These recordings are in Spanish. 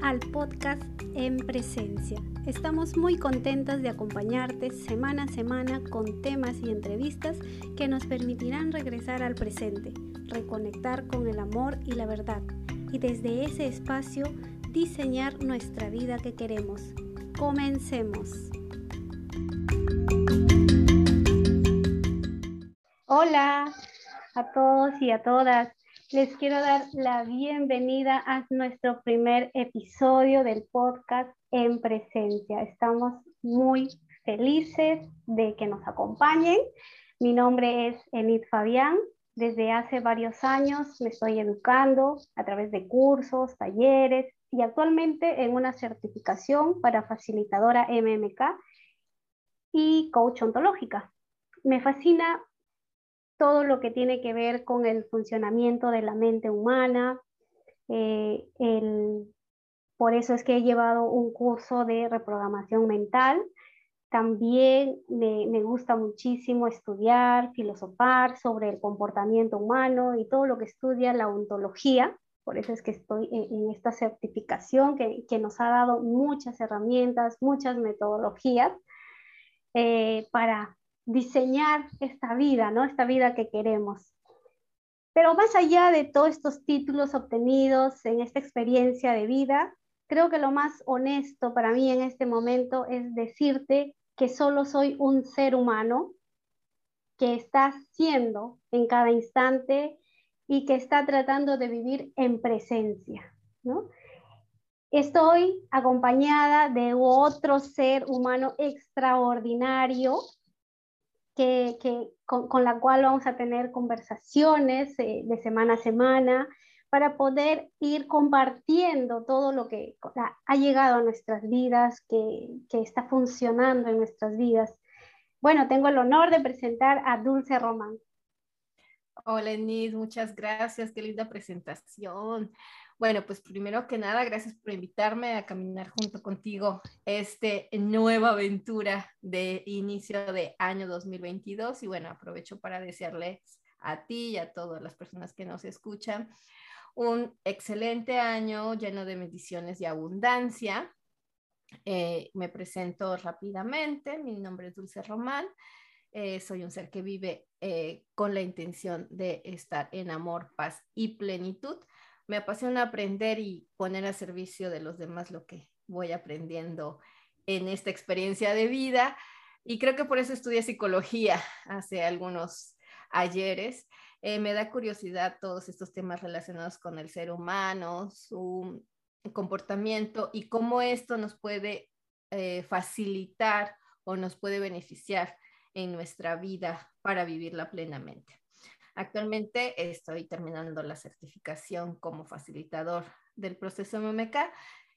al podcast En Presencia. Estamos muy contentas de acompañarte semana a semana con temas y entrevistas que nos permitirán regresar al presente, reconectar con el amor y la verdad, y desde ese espacio diseñar nuestra vida que queremos. Comencemos. Hola a todos y a todas. Les quiero dar la bienvenida a nuestro primer episodio del podcast En Presencia. Estamos muy felices de que nos acompañen. Mi nombre es Enid Fabián. Desde hace varios años me estoy educando a través de cursos, talleres y actualmente en una certificación para facilitadora MMK y coach ontológica. Me fascina todo lo que tiene que ver con el funcionamiento de la mente humana. Por eso es que he llevado un curso de reprogramación mental. También me gusta muchísimo estudiar, filosofar sobre el comportamiento humano y todo lo que estudia la ontología. Por eso es que estoy en esta certificación que nos ha dado muchas herramientas, muchas metodologías para diseñar esta vida, ¿no? Esta vida que queremos. Pero más allá de todos estos títulos obtenidos en esta experiencia de vida, creo que lo más honesto para mí en este momento es decirte que solo soy un ser humano que está siendo en cada instante y que está tratando de vivir en presencia, ¿no? Estoy acompañada de otro ser humano extraordinario con la cual vamos a tener conversaciones de semana a semana para poder ir compartiendo todo lo que ha llegado a nuestras vidas, que está funcionando en nuestras vidas. Bueno, tengo el honor de presentar a Dulce Román. Hola, Enid, muchas gracias, qué linda presentación. Bueno, pues primero que nada, gracias por invitarme a caminar junto contigo nueva aventura de inicio de año 2022. Y bueno, aprovecho para desearles a ti y a todas las personas que nos escuchan un excelente año lleno de bendiciones y abundancia. Me presento rápidamente, mi nombre es Dulce Román. Soy un ser que vive con la intención de estar en amor, paz y plenitud. Me apasiona aprender y poner a servicio de los demás lo que voy aprendiendo en esta experiencia de vida. Y creo que por eso estudié psicología hace algunos ayeres. Me da curiosidad todos estos temas relacionados con el ser humano, su comportamiento y cómo esto nos puede facilitar o nos puede beneficiar en nuestra vida para vivirla plenamente. Actualmente estoy terminando la certificación como facilitador del proceso MMK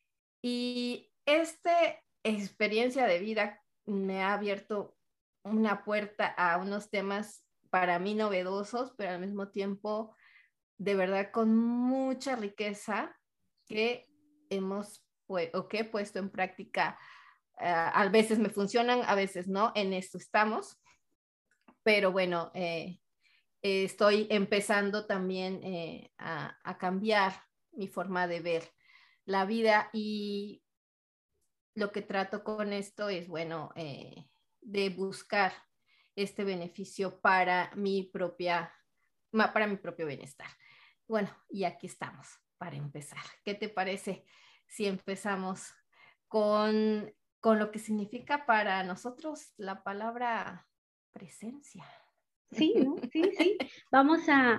y esta experiencia de vida me ha abierto una puerta a unos temas para mí novedosos, pero al mismo tiempo de verdad con mucha riqueza que que he puesto en práctica. A veces me funcionan, a veces no, en esto estamos, pero bueno, estoy empezando también a cambiar mi forma de ver la vida y lo que trato con esto es, bueno, de buscar este beneficio para mi propio bienestar. Bueno, y aquí estamos para empezar. ¿Qué te parece si empezamos con lo que significa para nosotros la palabra presencia? Sí, ¿no? Sí. Vamos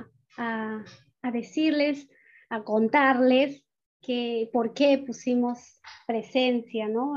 a decirles, a contarles por qué pusimos presencia, ¿no?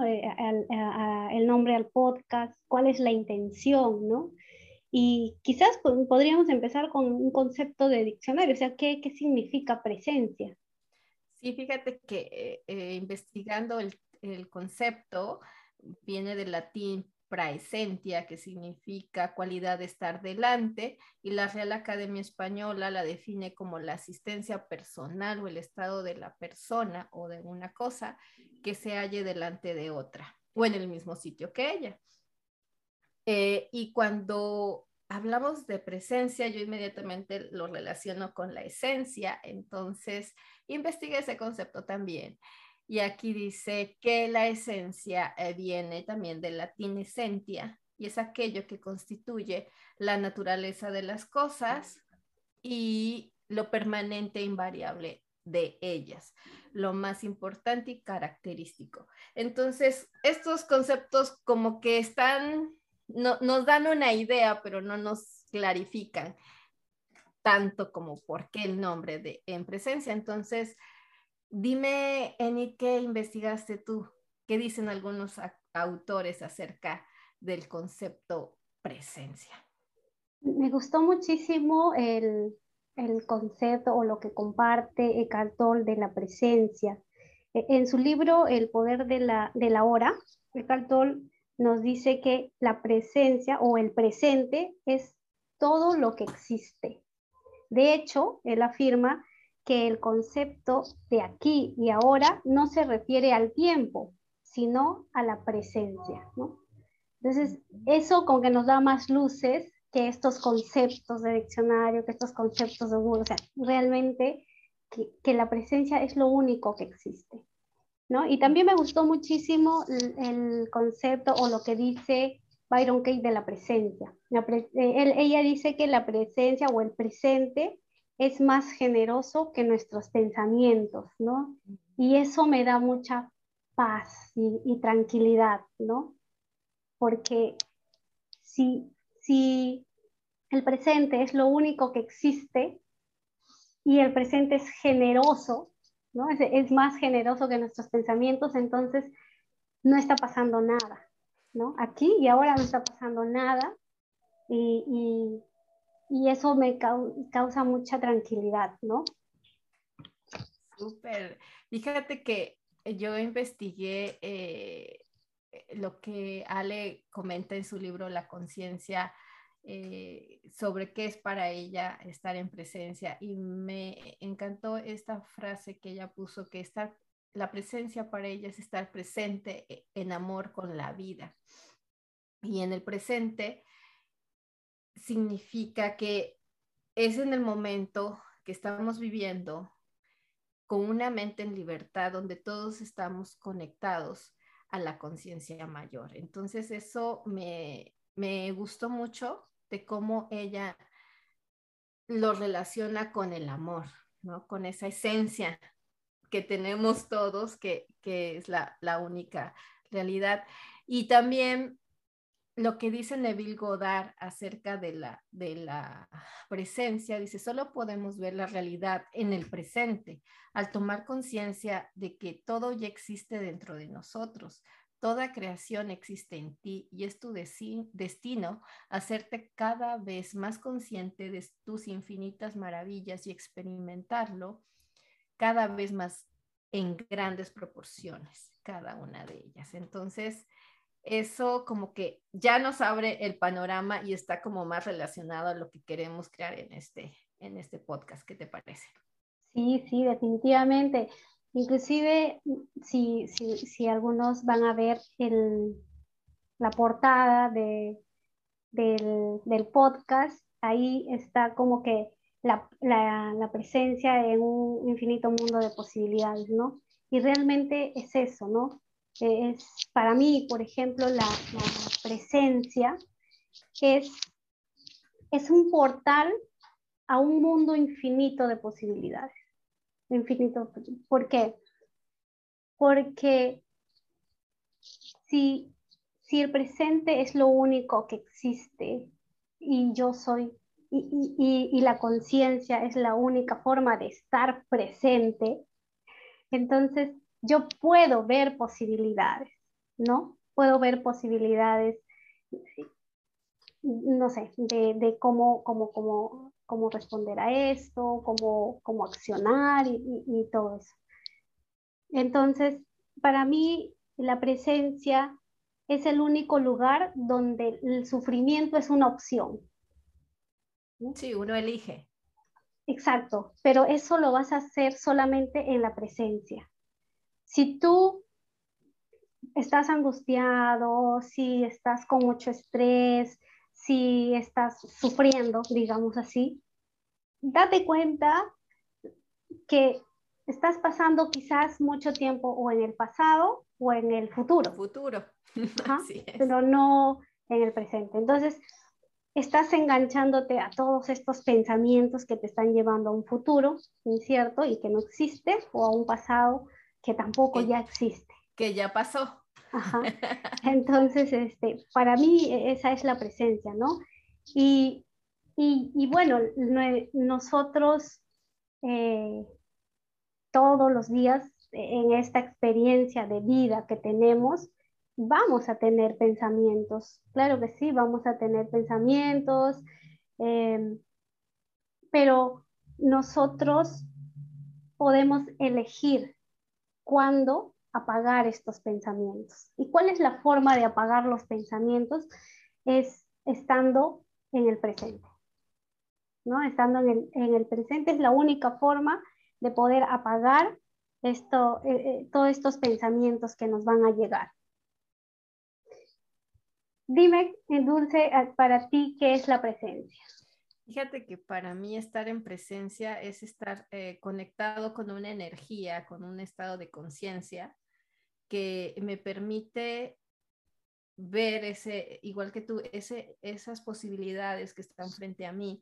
El nombre al podcast, cuál es la intención, ¿no? Y quizás podríamos empezar con un concepto de diccionario, o sea, ¿qué significa presencia? Sí, fíjate que investigando el concepto viene del latín praesentia, que significa cualidad de estar delante, y la Real Academia Española la define como la asistencia personal o el estado de la persona o de una cosa que se halle delante de otra o en el mismo sitio que ella. Y cuando hablamos de presencia, yo inmediatamente lo relaciono con la esencia, entonces investigué ese concepto también. Y aquí dice que la esencia viene también del latín essentia, y es aquello que constituye la naturaleza de las cosas y lo permanente e invariable de ellas, lo más importante y característico. Entonces, estos conceptos como que están, no, nos dan una idea, pero no nos clarifican tanto como por qué el nombre de en presencia. Entonces, dime, Eni, ¿qué investigaste tú? ¿Qué dicen algunos autores acerca del concepto presencia? Me gustó muchísimo el concepto o lo que comparte Eckhart Tolle de la presencia. En su libro El poder de la hora, Eckhart Tolle nos dice que la presencia o el presente es todo lo que existe. De hecho, él afirma que el concepto de aquí y ahora no se refiere al tiempo, sino a la presencia, ¿no? Entonces, eso como que nos da más luces que estos conceptos de diccionario, que estos conceptos de Google, o sea, realmente que la presencia es lo único que existe, ¿no? Y también me gustó muchísimo el concepto o lo que dice Byron Katie de la presencia. Ella dice que la presencia o el presente es más generoso que nuestros pensamientos, ¿no? Y eso me da mucha paz y tranquilidad, ¿no? Porque si el presente es lo único que existe y el presente es generoso, ¿no? Es más generoso que nuestros pensamientos, entonces no está pasando nada, ¿no? Aquí y ahora no está pasando nada y, y eso me causa mucha tranquilidad, ¿no? Súper. Fíjate que yo investigué lo que Ale comenta en su libro La conciencia sobre qué es para ella estar en presencia y me encantó esta frase que ella puso, que la presencia para ella es estar presente en amor con la vida. Y en el presente significa que es en el momento que estamos viviendo con una mente en libertad donde todos estamos conectados a la conciencia mayor. Entonces eso me gustó mucho de cómo ella lo relaciona con el amor, ¿no? Con esa esencia que tenemos todos, que es la única realidad. Y también lo que dice Neville Goddard acerca de la presencia, dice, solo podemos ver la realidad en el presente al tomar conciencia de que todo ya existe dentro de nosotros. Toda creación existe en ti y es tu destino hacerte cada vez más consciente de tus infinitas maravillas y experimentarlo cada vez más en grandes proporciones, cada una de ellas. Entonces, eso como que ya nos abre el panorama y está como más relacionado a lo que queremos crear en este podcast. ¿Qué te parece? Sí, sí, definitivamente. Inclusive, si algunos van a ver la portada del podcast, ahí está como que la presencia en un infinito mundo de posibilidades, ¿no? Y realmente es eso, ¿no? Es, para mí, por ejemplo, la presencia es, es un portal a un mundo infinito de posibilidades. Infinito. ¿Por qué? Porque si, si el presente es lo único que existe y yo soy, y la conciencia es la única forma de estar presente, entonces yo puedo ver posibilidades, ¿no? Puedo ver posibilidades, no sé, de cómo responder a esto, cómo accionar y todo eso. Entonces, para mí, la presencia es el único lugar donde el sufrimiento es una opción, ¿no? Sí, uno elige. Exacto, pero eso lo vas a hacer solamente en la presencia. Si tú estás angustiado, si estás con mucho estrés, si estás sufriendo, digamos así, date cuenta que estás pasando quizás mucho tiempo o en el pasado o en el futuro, Futuro. ajá, Así es. pero no en el presente. Entonces, estás enganchándote a todos estos pensamientos que te están llevando a un futuro incierto y que no existe, o a un pasado que tampoco Que, ya existe. que ya pasó. Ajá. Entonces, para mí esa es la presencia, ¿no? Y, y bueno, nosotros eh, todos los días en esta experiencia de vida que tenemos, vamos a tener pensamientos. Claro que sí, vamos a tener pensamientos, eh, pero nosotros podemos elegir cuándo apagar estos pensamientos. ¿Y cuál es la forma de apagar los pensamientos? Es estando en el presente, ¿no? Estando en el presente es la única forma de poder apagar todos estos pensamientos que nos van a llegar. Dime, Dulce, para ti, ¿qué es la presencia? Fíjate que para mí estar en presencia es estar conectado con una energía, con un estado de conciencia que me permite ver ese, igual que tú, esas posibilidades que están frente a mí,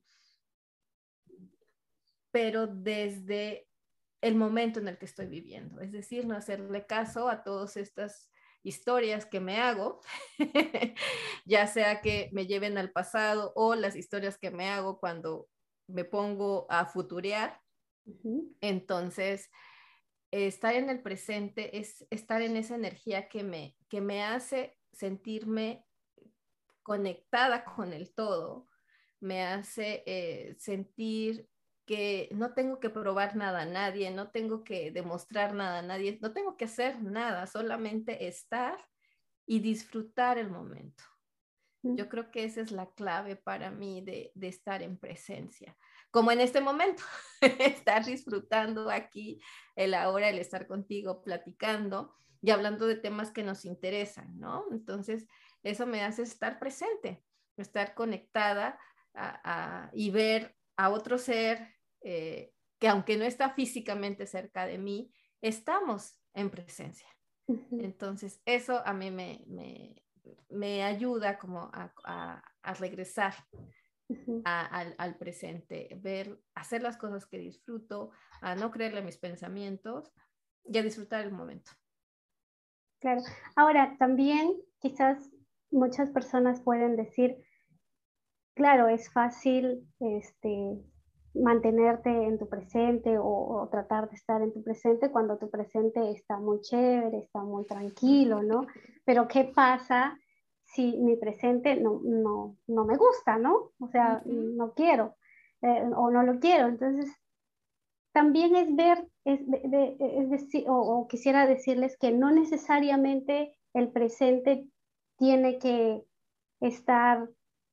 pero desde el momento en el que estoy viviendo. Es decir, no hacerle caso a todas estas historias que me hago, ya sea que me lleven al pasado o las historias que me hago cuando me pongo a futurear. Ujú, Entonces, estar en el presente es estar en esa energía que me hace sentirme conectada con el todo, me hace sentir que no tengo que probar nada a nadie, no tengo que demostrar nada a nadie, no tengo que hacer nada, solamente estar y disfrutar el momento. ujú. Yo creo que esa es la clave para mí de estar en presencia, como en este momento, estar disfrutando aquí, el ahora, el estar contigo, platicando y hablando de temas que nos interesan, ¿no? Entonces, eso me hace estar presente, estar conectada y ver a otro ser que aunque no está físicamente cerca de mí, estamos en presencia. Ujú, Entonces, eso a mí me ayuda como a regresar ujú. al presente, ver, hacer las cosas que disfruto, a no creerle a mis pensamientos y a disfrutar el momento. Claro. Ahora, también quizás muchas personas pueden decir, claro, es fácil mantenerte en tu presente o tratar de estar en tu presente cuando tu presente está muy chévere, está muy tranquilo, ¿no? Pero ¿qué pasa si mi presente no me gusta, ¿no? O sea, Ujú. no quiero o no lo quiero. Entonces, también es ver, es decir, o quisiera decirles que no necesariamente el presente tiene que estar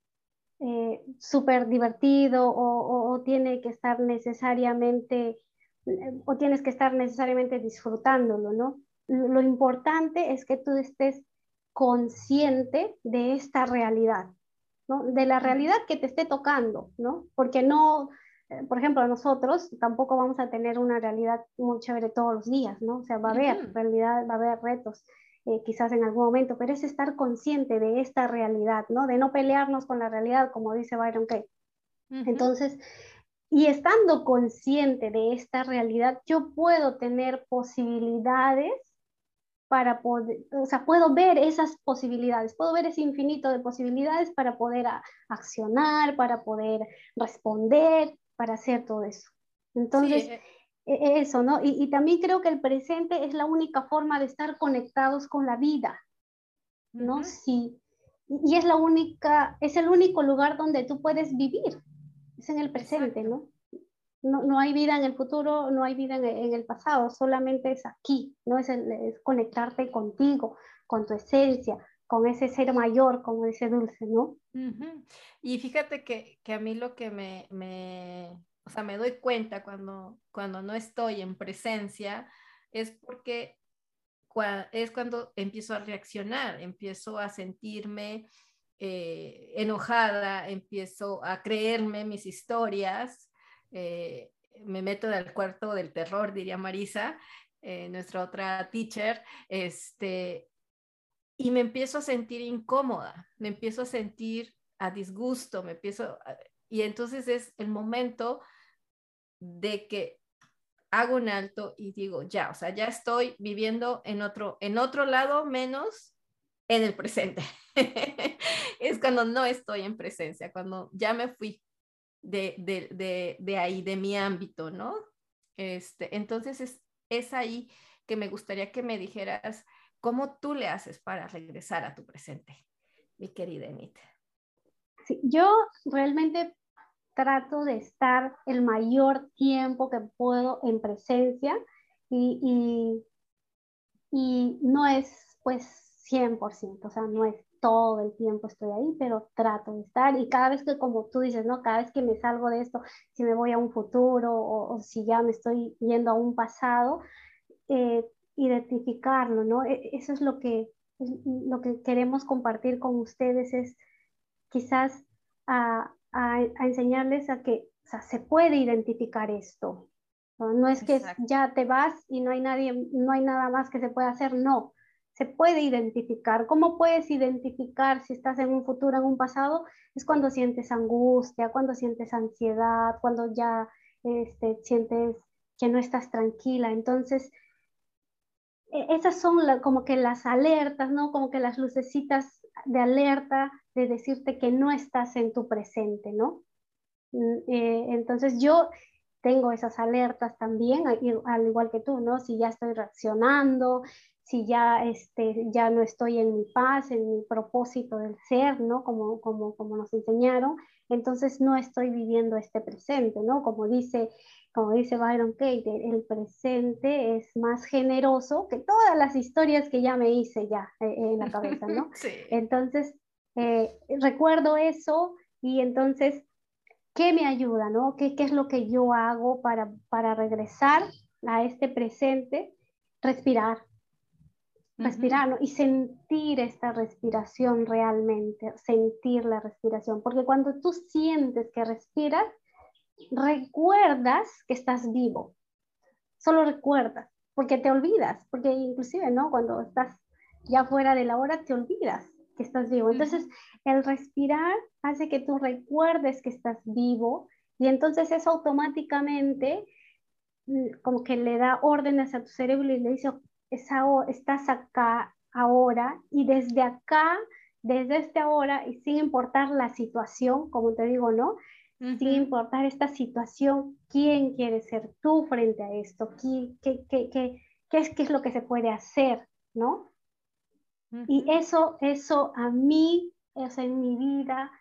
súper divertido o tiene que estar necesariamente, o tienes que estar necesariamente disfrutándolo, ¿no? Lo importante es que tú estés consciente de esta realidad, ¿no? De la realidad Ujú. que te esté tocando, ¿no? Porque no, por ejemplo, nosotros tampoco vamos a tener una realidad muy chévere todos los días, ¿no? O sea, va a haber Ujú. realidad, va a haber retos, quizás en algún momento, pero es estar consciente de esta realidad, ¿no? De no pelearnos con la realidad, como dice Byron Katie. Ujú. Entonces, y estando consciente de esta realidad, yo puedo tener posibilidades para poder, o sea, puedo ver esas posibilidades, puedo ver ese infinito de posibilidades para poder accionar, para poder responder, para hacer todo eso. Sí, Entonces, eso, ¿no? Y también creo que el presente es la única forma de estar conectados con la vida, ¿no? ujú. Sí. Y es la única, es el único lugar donde tú puedes vivir, es en el presente, Exacto. ¿no? No hay vida en el futuro, no hay vida en el pasado, solamente es aquí, ¿no? Es conectarte contigo, con tu esencia, con ese ser mayor, como dice Dulce, ¿no? Ujú. Y fíjate que a mí lo que o sea, me doy cuenta cuando no estoy en presencia es porque es cuando empiezo a reaccionar, empiezo a sentirme enojada, empiezo a creerme mis historias, me meto al cuarto del terror, diría Marisa, nuestra otra teacher, y me empiezo a sentir incómoda, me empiezo a sentir a disgusto, y entonces es el momento de que hago un alto y digo, ya, o sea, ya estoy viviendo en otro lado menos en el presente. Es cuando no estoy en presencia, cuando ya me fui de ahí, de mi ámbito, ¿no? Entonces es ahí que me gustaría que me dijeras cómo tú le haces para regresar a tu presente, mi querida Enid. Sí, yo realmente trato de estar el mayor tiempo que puedo en presencia y, y no es pues 100%, o sea, no es todo el tiempo estoy ahí, pero trato de estar y cada vez que, como tú dices, ¿no? Cada vez que me salgo de esto, si me voy a un futuro o si ya me estoy yendo a un pasado, eh, identificarlo, ¿no? Eso es lo que queremos compartir con ustedes, es quizás a enseñarles a que, o sea, se puede identificar esto. No, no es que Exacto. ya te vas y no hay nadie, no hay nada más que se pueda hacer, no. Se puede identificar. ¿Cómo puedes identificar si estás en un futuro, en un pasado? Es cuando sientes angustia, cuando sientes ansiedad, cuando ya sientes que no estás tranquila. Entonces, esas son como que las alertas, ¿no? Como que las lucecitas de alerta de decirte que no estás en tu presente, ¿no? Entonces yo tengo esas alertas también, al igual que tú, ¿no? Si ya estoy reaccionando, si ya, ya no estoy en mi paz, en mi propósito del ser, ¿no? Como nos enseñaron, entonces no estoy viviendo este presente, ¿no? Como dice Byron Katie, el presente es más generoso que todas las historias que ya me hice ya en la cabeza, ¿no? Sí. Entonces, recuerdo eso y entonces ¿qué me ayuda, no? ¿Qué es lo que yo hago para regresar a este presente? Respirar, Ujú. respirar, ¿no? Y sentir esta respiración realmente, sentir la respiración, porque cuando tú sientes que respiras, recuerdas que estás vivo, solo recuerdas, porque te olvidas, porque inclusive, ¿no? Cuando estás ya fuera de la hora, te olvidas que estás vivo. Entonces, Ujú. el respirar hace que tú recuerdes que estás vivo y entonces eso automáticamente como que le da órdenes a tu cerebro y le dice, estás acá ahora y desde acá, desde este ahora y sin importar la situación, como te digo, ¿no? Sin Ujú. importar esta situación, ¿quién quieres ser tú frente a esto? ¿Qué es lo que se puede hacer? ¿No? Y Ujú. eso a mí, eso en mi vida,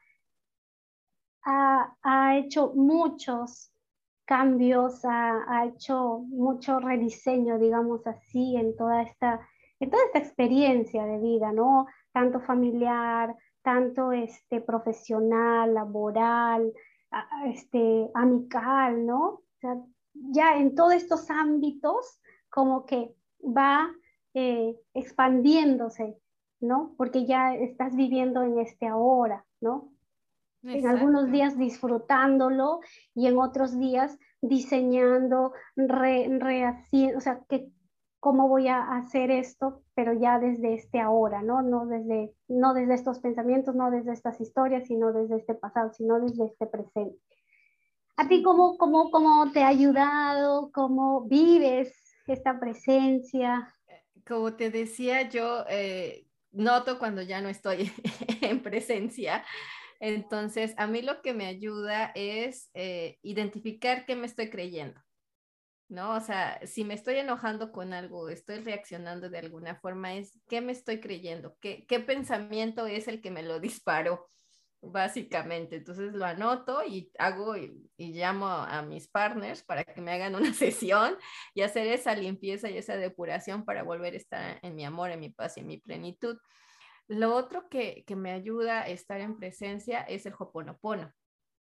ha hecho muchos cambios, ha hecho mucho rediseño, digamos así, en toda esta experiencia de vida, ¿no? Tanto familiar, tanto profesional, laboral, amical, ¿no? O sea, ya en todos estos ámbitos como que va expandiéndose, ¿no? Porque ya estás viviendo en este ahora, ¿no? En algunos Exacto. días disfrutándolo y en otros días diseñando, rehaciendo, o sea, cómo voy a hacer esto, pero ya desde este ahora, ¿no? No desde estos pensamientos, no desde estas historias, sino desde este pasado, sino desde este presente. ¿A ti Ujú. cómo te ha ayudado? ¿Cómo vives esta presencia? Como te decía, yo noto cuando ya no estoy en presencia. Entonces, a mí lo que me ayuda es identificar qué me estoy creyendo, ¿no? O sea, si me estoy enojando con algo, estoy reaccionando de alguna forma, es qué me estoy creyendo, qué pensamiento es el que me lo disparó, básicamente. Entonces lo anoto y hago y llamo a mis partners para que me hagan una sesión y hacer esa limpieza y esa depuración para volver a estar en mi amor, en mi paz y en mi plenitud. Lo otro que me ayuda a estar en presencia es el Hoponopono.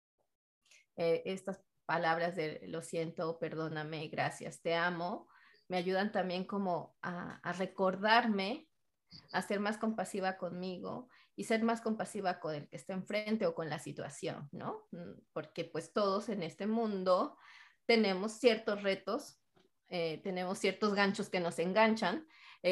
Estas palabras de lo siento, perdóname, gracias, te amo, me ayudan también como a recordarme, a ser más compasiva conmigo y ser más compasiva con el que está enfrente o con la situación, ¿no? Porque pues todos en este mundo tenemos ciertos retos, tenemos ciertos ganchos que nos enganchan,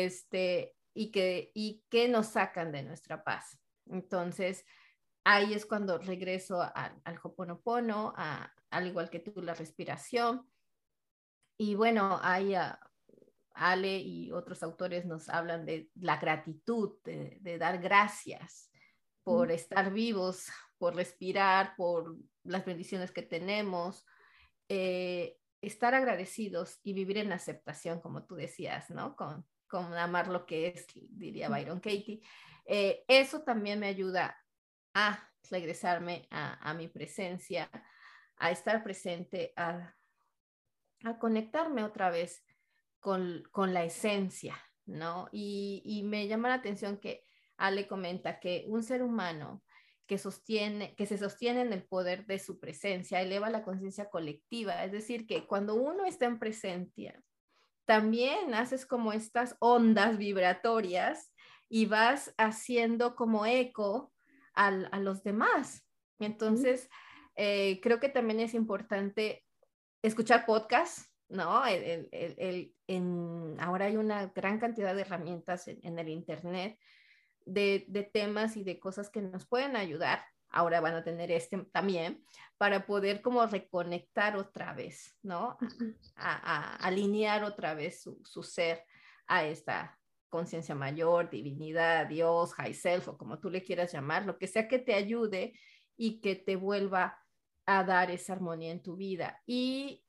y que nos sacan de nuestra paz. Entonces, ahí es cuando regreso al Ho'oponopono, al igual que tú, la respiración. Y bueno, hay Ale y otros autores nos hablan de la gratitud, de dar gracias por estar vivos, por respirar, por las bendiciones que tenemos, estar agradecidos y vivir en aceptación, como tú decías, ¿no? Con amar lo que es, diría Byron Katie. Eso también me ayuda a regresarme a mi presencia, a estar presente, a conectarme otra vez con la esencia, ¿no? Y me llama la atención que Ale comenta que un ser humano que se sostiene en el poder de su presencia, eleva la conciencia colectiva, es decir, que cuando uno está en presencia, también haces como estas ondas vibratorias y vas haciendo como eco a los demás. Entonces, creo que también es importante escuchar podcasts, ¿no? Ahora hay una gran cantidad de herramientas en el Internet de temas y de cosas que nos pueden ayudar. Ahora van a tener también para poder como reconectar otra vez, ¿no? A alinear otra vez su ser a esta conciencia mayor, divinidad, Dios, high self, o como tú le quieras llamar, lo que sea que te ayude y que te vuelva a dar esa armonía en tu vida. Y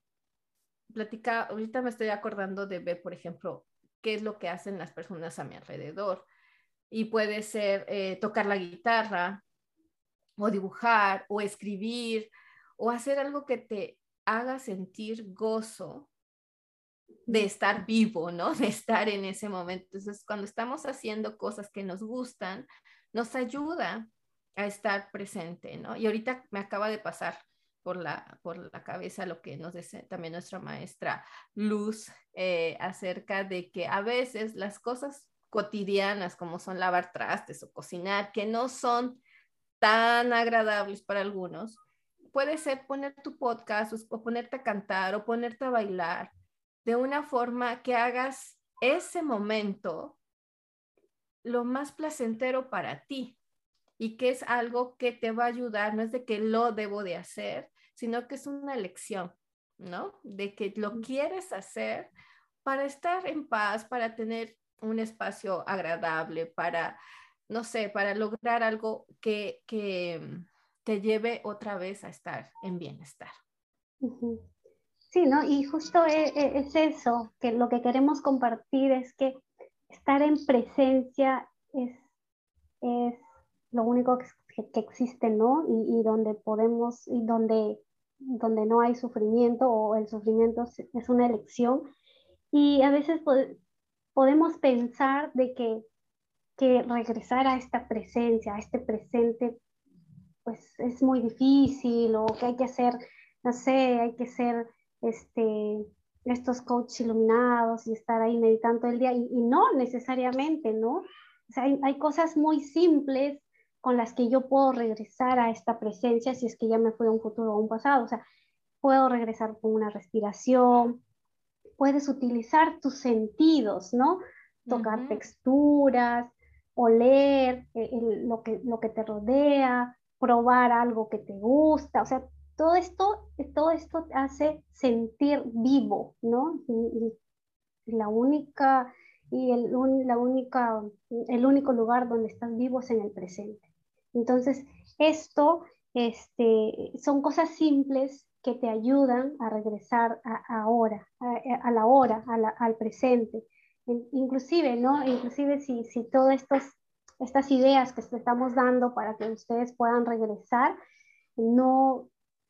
ahorita me estoy acordando de ver, por ejemplo, qué es lo que hacen las personas a mi alrededor. Y puede ser tocar la guitarra, o dibujar, o escribir, o hacer algo que te haga sentir gozo de estar vivo, ¿no? De estar en ese momento. Entonces, cuando estamos haciendo cosas que nos gustan, nos ayuda a estar presente, ¿no? Y ahorita me acaba de pasar por la cabeza lo que nos dice también nuestra maestra Luz, acerca de que a veces las cosas cotidianas como son lavar trastes o cocinar, que no son tan agradables para algunos, puede ser poner tu podcast o ponerte a cantar o ponerte a bailar de una forma que hagas ese momento lo más placentero para ti, y que es algo que te va a ayudar, no es de que lo debo de hacer, sino que es una elección, ¿no? De que lo quieres hacer para estar en paz, para tener un espacio agradable, para, no sé, para lograr algo que te lleve otra vez a estar en bienestar. Sí, ¿no? Y justo es eso, que lo que queremos compartir es que estar en presencia es lo único que existe, ¿no? Y donde podemos, y donde no hay sufrimiento o el sufrimiento es una elección. Y a veces podemos pensar de que regresar a esta presencia, a este presente, pues es muy difícil o que hay que hacer, no sé, hay que ser estos coaches iluminados y estar ahí meditando el día y no necesariamente, ¿no? O sea, hay cosas muy simples con las que yo puedo regresar a esta presencia si es que ya me fui a un futuro o un pasado. O sea, puedo regresar con una respiración, puedes utilizar tus sentidos, ¿no? Tocar texturas, oler lo que te rodea, probar algo que te gusta, o sea, todo esto te hace sentir vivo, ¿no? Y la única, y la única, el único lugar donde estás vivo es en el presente. Entonces, esto, son cosas simples que te ayudan a regresar ahora, a la hora, al presente. Inclusive, ¿no? Inclusive si todas estas ideas que te estamos dando para que ustedes puedan regresar, no,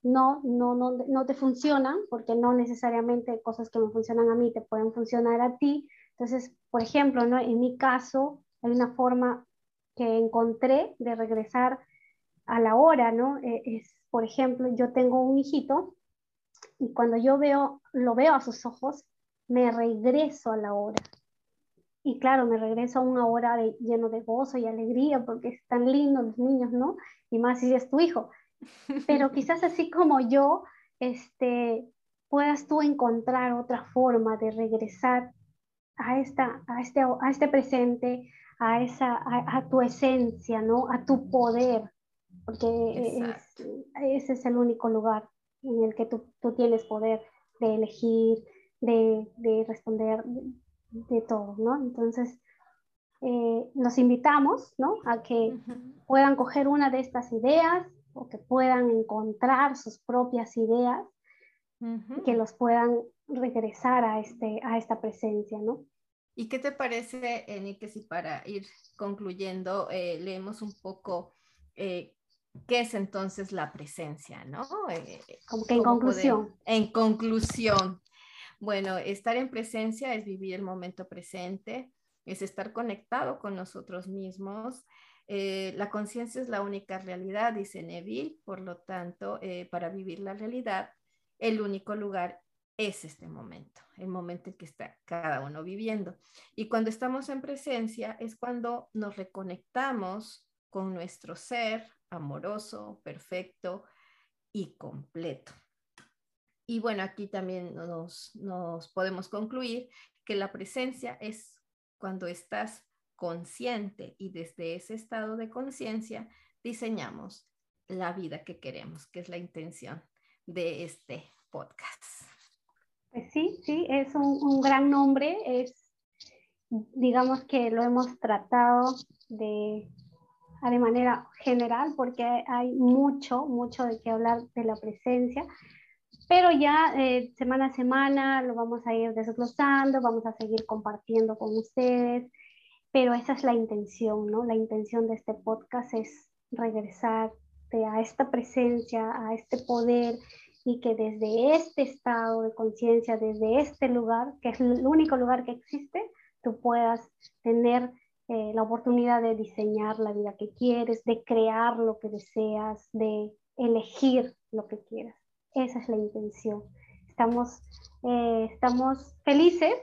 no te funcionan, porque no necesariamente cosas que me funcionan a mí te pueden funcionar a ti. Entonces, por ejemplo, ¿no? En mi caso, hay una forma que encontré de regresar a la hora, ¿no? Por ejemplo, yo tengo un hijito y cuando lo veo a sus ojos, me regreso a la hora. Y claro, me regreso a una hora lleno de gozo y alegría porque es tan lindo los niños, ¿no? Y más si es tu hijo. Pero quizás así como yo, este, puedas tú encontrar otra forma de regresar a este presente, a tu esencia, ¿no? A tu poder, porque ese es el único lugar en el que tú tienes poder de elegir, de responder, de todo, ¿no? Entonces, los invitamos, ¿no? A que puedan coger una de estas ideas o que puedan encontrar sus propias ideas y que los puedan regresar a esta presencia, ¿no? ¿Y qué te parece, Eni, que si para ir concluyendo leemos un poco qué es entonces la presencia, ¿no? Como que en conclusión. En conclusión, bueno, estar en presencia es vivir el momento presente, es estar conectado con nosotros mismos. La conciencia es la única realidad, dice Neville, por lo tanto, para vivir la realidad, el único lugar es este momento, el momento en que está cada uno viviendo. Y cuando estamos en presencia es cuando nos reconectamos con nuestro ser amoroso, perfecto y completo. Y bueno, aquí también nos podemos concluir que la presencia es cuando estás consciente y desde ese estado de conciencia diseñamos la vida que queremos, que es la intención de este podcast. Pues sí, es un gran nombre, digamos que lo hemos tratado de manera general porque hay mucho de qué hablar de la presencia, pero ya semana a semana lo vamos a ir desglosando, vamos a seguir compartiendo con ustedes, pero esa es la intención, ¿no? La intención de este podcast es regresar a esta presencia, a este poder, y que desde este estado de conciencia, desde este lugar, que es el único lugar que existe, tú puedas tener la oportunidad de diseñar la vida que quieres, de crear lo que deseas, de elegir lo que quieras. Esa es la intención. Estamos felices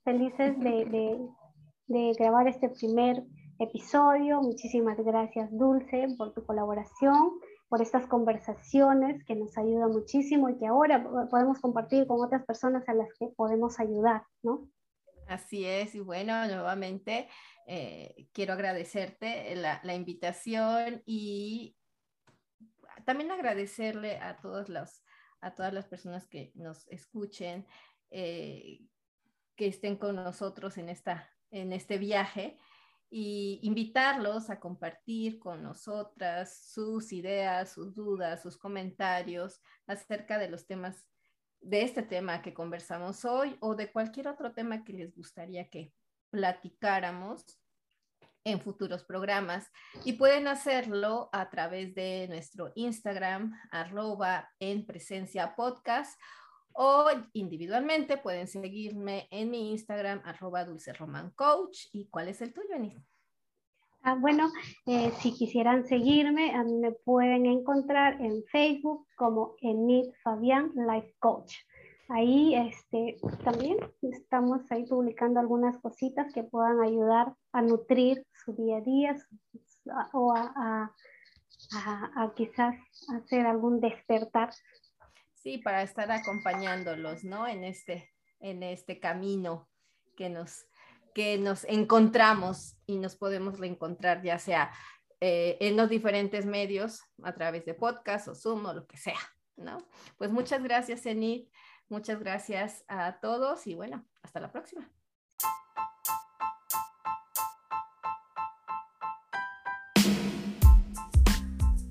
de grabar este primer episodio. Muchísimas gracias, Dulce, por tu colaboración, por estas conversaciones que nos ayudan muchísimo y que ahora podemos compartir con otras personas a las que podemos ayudar, ¿no? Así es, y bueno, nuevamente quiero agradecerte la invitación y también agradecerle a todas las personas que nos escuchen, que estén con nosotros en este viaje, y invitarlos a compartir con nosotras sus ideas, sus dudas, sus comentarios acerca de los temas, de este tema que conversamos hoy o de cualquier otro tema que les gustaría que platicáramos en futuros programas, y pueden hacerlo a través de nuestro Instagram @enpresenciapodcast, o individualmente pueden seguirme en mi Instagram @dulceromancoach. ¿Y cuál es el tuyo, Anis? Bueno, si quisieran seguirme, a mí me pueden encontrar en Facebook como Enid Fabián Life Coach. Ahí también estamos ahí publicando algunas cositas que puedan ayudar a nutrir su día a día o a quizás hacer algún despertar. Sí, para estar acompañándolos, ¿no? En este camino que nos encontramos y nos podemos reencontrar, ya sea en los diferentes medios, a través de podcast o Zoom o lo que sea, ¿no? Pues muchas gracias, Enid. Muchas gracias a todos y bueno, hasta la próxima.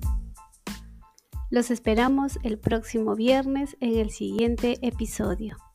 Los esperamos el próximo viernes en el siguiente episodio.